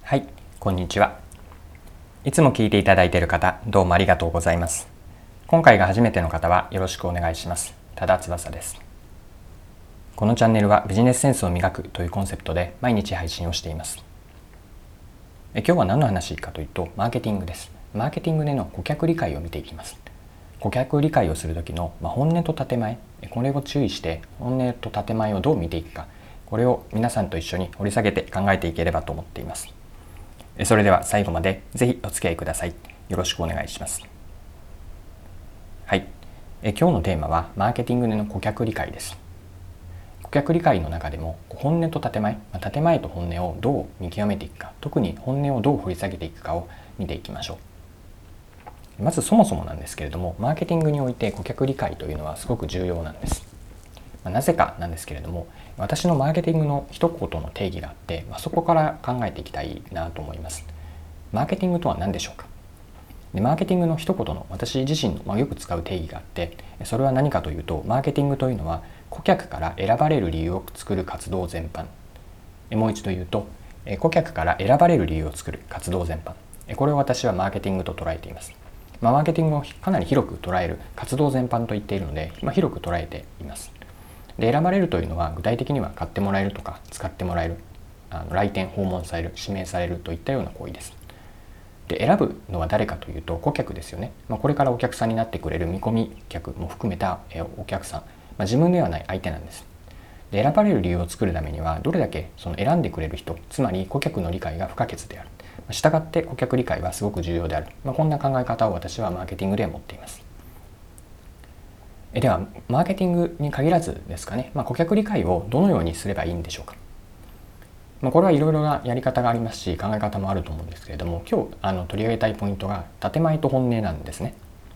はい、こんにちは。いつも聞いていただいている方、どうもありがとうございます。今回が初めての方はよろしくお願いします。多田翼です。このチャンネルはビジネスセンスを磨くというコンセプトで毎日配信をしています。今日は何の話かというと、マーケティングです。マーケティングでの顧客理解を見ていきます。顧客理解をする時の本音と建前、これを注意して本音と建前をどう見ていくか、これを皆さんと一緒に掘り下げて考えていければと思っています。それでは最後までぜひお付き合いください。よろしくお願いします。はい、今日のテーマはマーケティングでの顧客理解です。顧客理解の中でも本音と建前、建前と本音をどう見極めていくか、特に本音をどう掘り下げていくかを見ていきましょう。まずそもそもなんですけれども、マーケティングにおいて顧客理解というのはすごく重要なんです。なぜかなんですけれども、私のマーケティングの一言の定義があって、そこから考えていきたいなと思います。マーケティングとは何でしょうか。でマーケティングの一言の私自身の、よく使う定義があって、それは何かというと、マーケティングというのは顧客から選ばれる理由を作る活動全般。もう一度言うと、顧客から選ばれる理由を作る活動全般。これを私はマーケティングと捉えています。マーケティングをかなり広く捉える活動全般と言っているので、広く捉えています。で選ばれるというのは具体的には買ってもらえるとか使ってもらえる、来店訪問される指名されるといったような行為です。で選ぶのは誰かというと顧客ですよね。これからお客さんになってくれる見込み客も含めたお客さん、自分ではない相手なんです。で選ばれる理由を作るためにはどれだけその選んでくれる人、つまり顧客の理解が不可欠である。したがって顧客理解はすごく重要である。こんな考え方を私はマーケティングで持っています。ではマーケティングに限らずですかね、顧客理解をどのようにすればいいんでしょうか。これはいろいろなやり方がありますし考え方もあると思うんですけれども、今日取り上げたいポイントが建前と本音なんですね。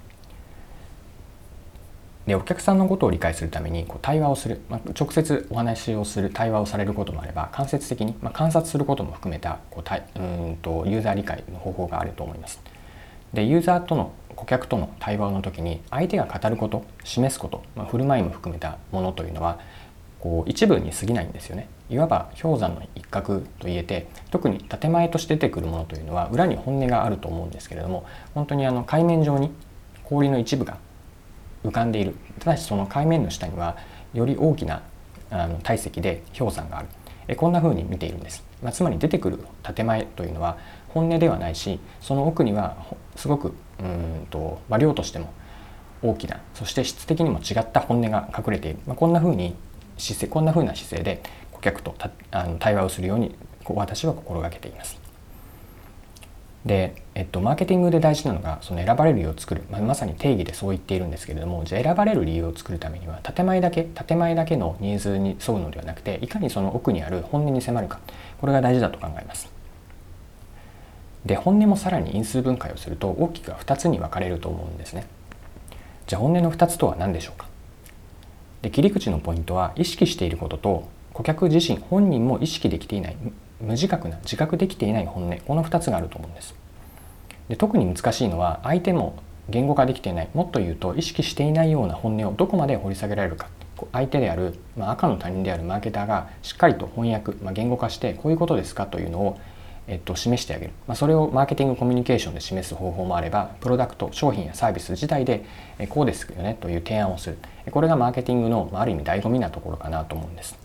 でお客さんのことを理解するために対話をする、直接お話をする対話をされることもあれば、間接的に、観察することも含めたユーザー理解の方法があると思います。でユーザーとの顧客との対話の時に相手が語ること、示すこと、振る舞いも含めたものというのは一部に過ぎないんですよね。いわば氷山の一角と言えて、特に建前として出てくるものというのは裏に本音があると思うんですけれども、本当に海面上に氷の一部が浮かんでいる。ただしその海面の下にはより大きな体積で氷山がある。こんな風に見ているんです。つまり出てくる建前というのは本音ではないし、その奥にはすごく量としても大きな、そして質的にも違った本音が隠れている。こんな風な姿勢で顧客と対話をするように私は心がけています。で、マーケティングで大事なのがその選ばれる理由を作る、まさに定義でそう言っているんですけれども、じゃあ選ばれる理由を作るためには建前だけのニーズに沿うのではなくて、いかにその奥にある本音に迫るか、これが大事だと考えます。で本音もさらに因数分解をすると大きく2つに分かれると思うんですね。じゃあ本音の2つとは何でしょうか。で切り口のポイントは意識していることと顧客自身本人も意識できていない無自覚な自覚できていない本音、この2つがあると思うんです。で特に難しいのは相手も言語化できていない、もっと言うと意識していないような本音をどこまで掘り下げられるか。相手である、赤の他人であるマーケターがしっかりと翻訳、言語化してこういうことですかというのを示してあげる。それをマーケティングコミュニケーションで示す方法もあれば、プロダクト商品やサービス自体でこうですよねという提案をする。これがマーケティングのある意味醍醐味なところかなと思うんです。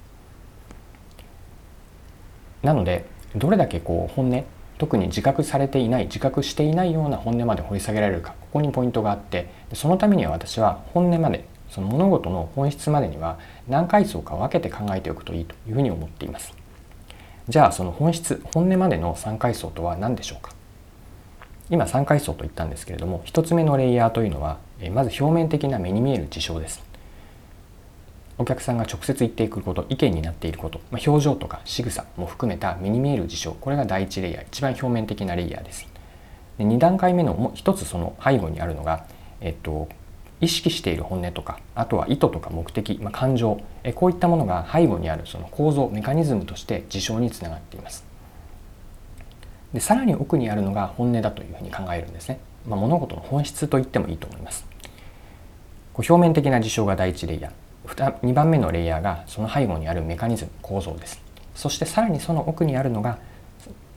なのでどれだけ本音、特に自覚していないような本音まで掘り下げられるか、ここにポイントがあって、そのためには私は本音まで、その物事の本質までには何階層か分けて考えておくといいというふうに思っています。じゃあその本音までの3階層とは何でしょうか。今3階層と言ったんですけれども、1つ目のレイヤーというのはまず表面的な目に見える事象です。お客さんが直接言っていくこと、意見になっていること、表情とか仕草も含めた目に見える事象、これが第1レイヤー、一番表面的なレイヤーです。で2段階目のもう一つその背後にあるのが、意識している本音とか、あとは意図とか目的、感情、こういったものが背後にあるその構造、メカニズムとして事象につながっています。でさらに奥にあるのが本音だというふうに考えるんですね。物事の本質と言ってもいいと思います。表面的な事象が第1レイヤー、2番目のレイヤーがその背後にあるメカニズム、構造です。そしてさらにその奥にあるのが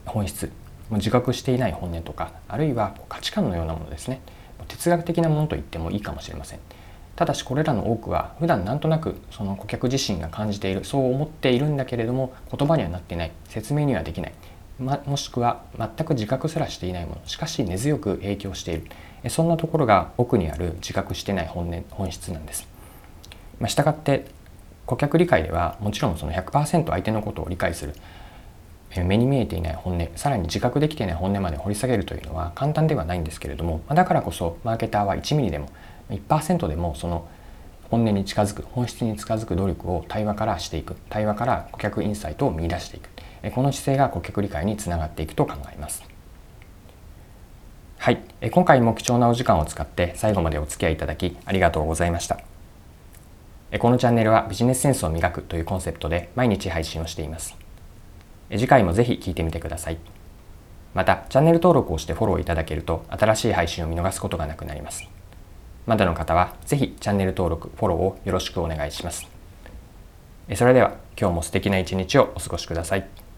本質、自覚していない本音とか、あるいは価値観のようなものですね。哲学的なものと言ってもいいかもしれません。ただしこれらの多くは普段なんとなくその顧客自身が感じている、そう思っているんだけれども言葉にはなっていない、説明にはできない、もしくは全く自覚すらしていないもの、しかし根強く影響している、そんなところが奥にある自覚していない本質なんです。したがって顧客理解ではもちろんその 100% 相手のことを理解する、目に見えていない本音、さらに自覚できていない本音まで掘り下げるというのは簡単ではないんですけれども、だからこそマーケターは1ミリでも 1% でもその本音に近づく、本質に近づく努力を対話からしていく、対話から顧客インサイトを見出していく、この姿勢が顧客理解につながっていくと考えます。はい、今回も貴重なお時間を使って最後までお付き合いいただきありがとうございました。このチャンネルはビジネスセンスを磨くというコンセプトで毎日配信をしています。次回もぜひ聞いてみてください。またチャンネル登録をしてフォローいただけると新しい配信を見逃すことがなくなります。まだの方はぜひチャンネル登録フォローをよろしくお願いします。それでは今日も素敵な一日をお過ごしください。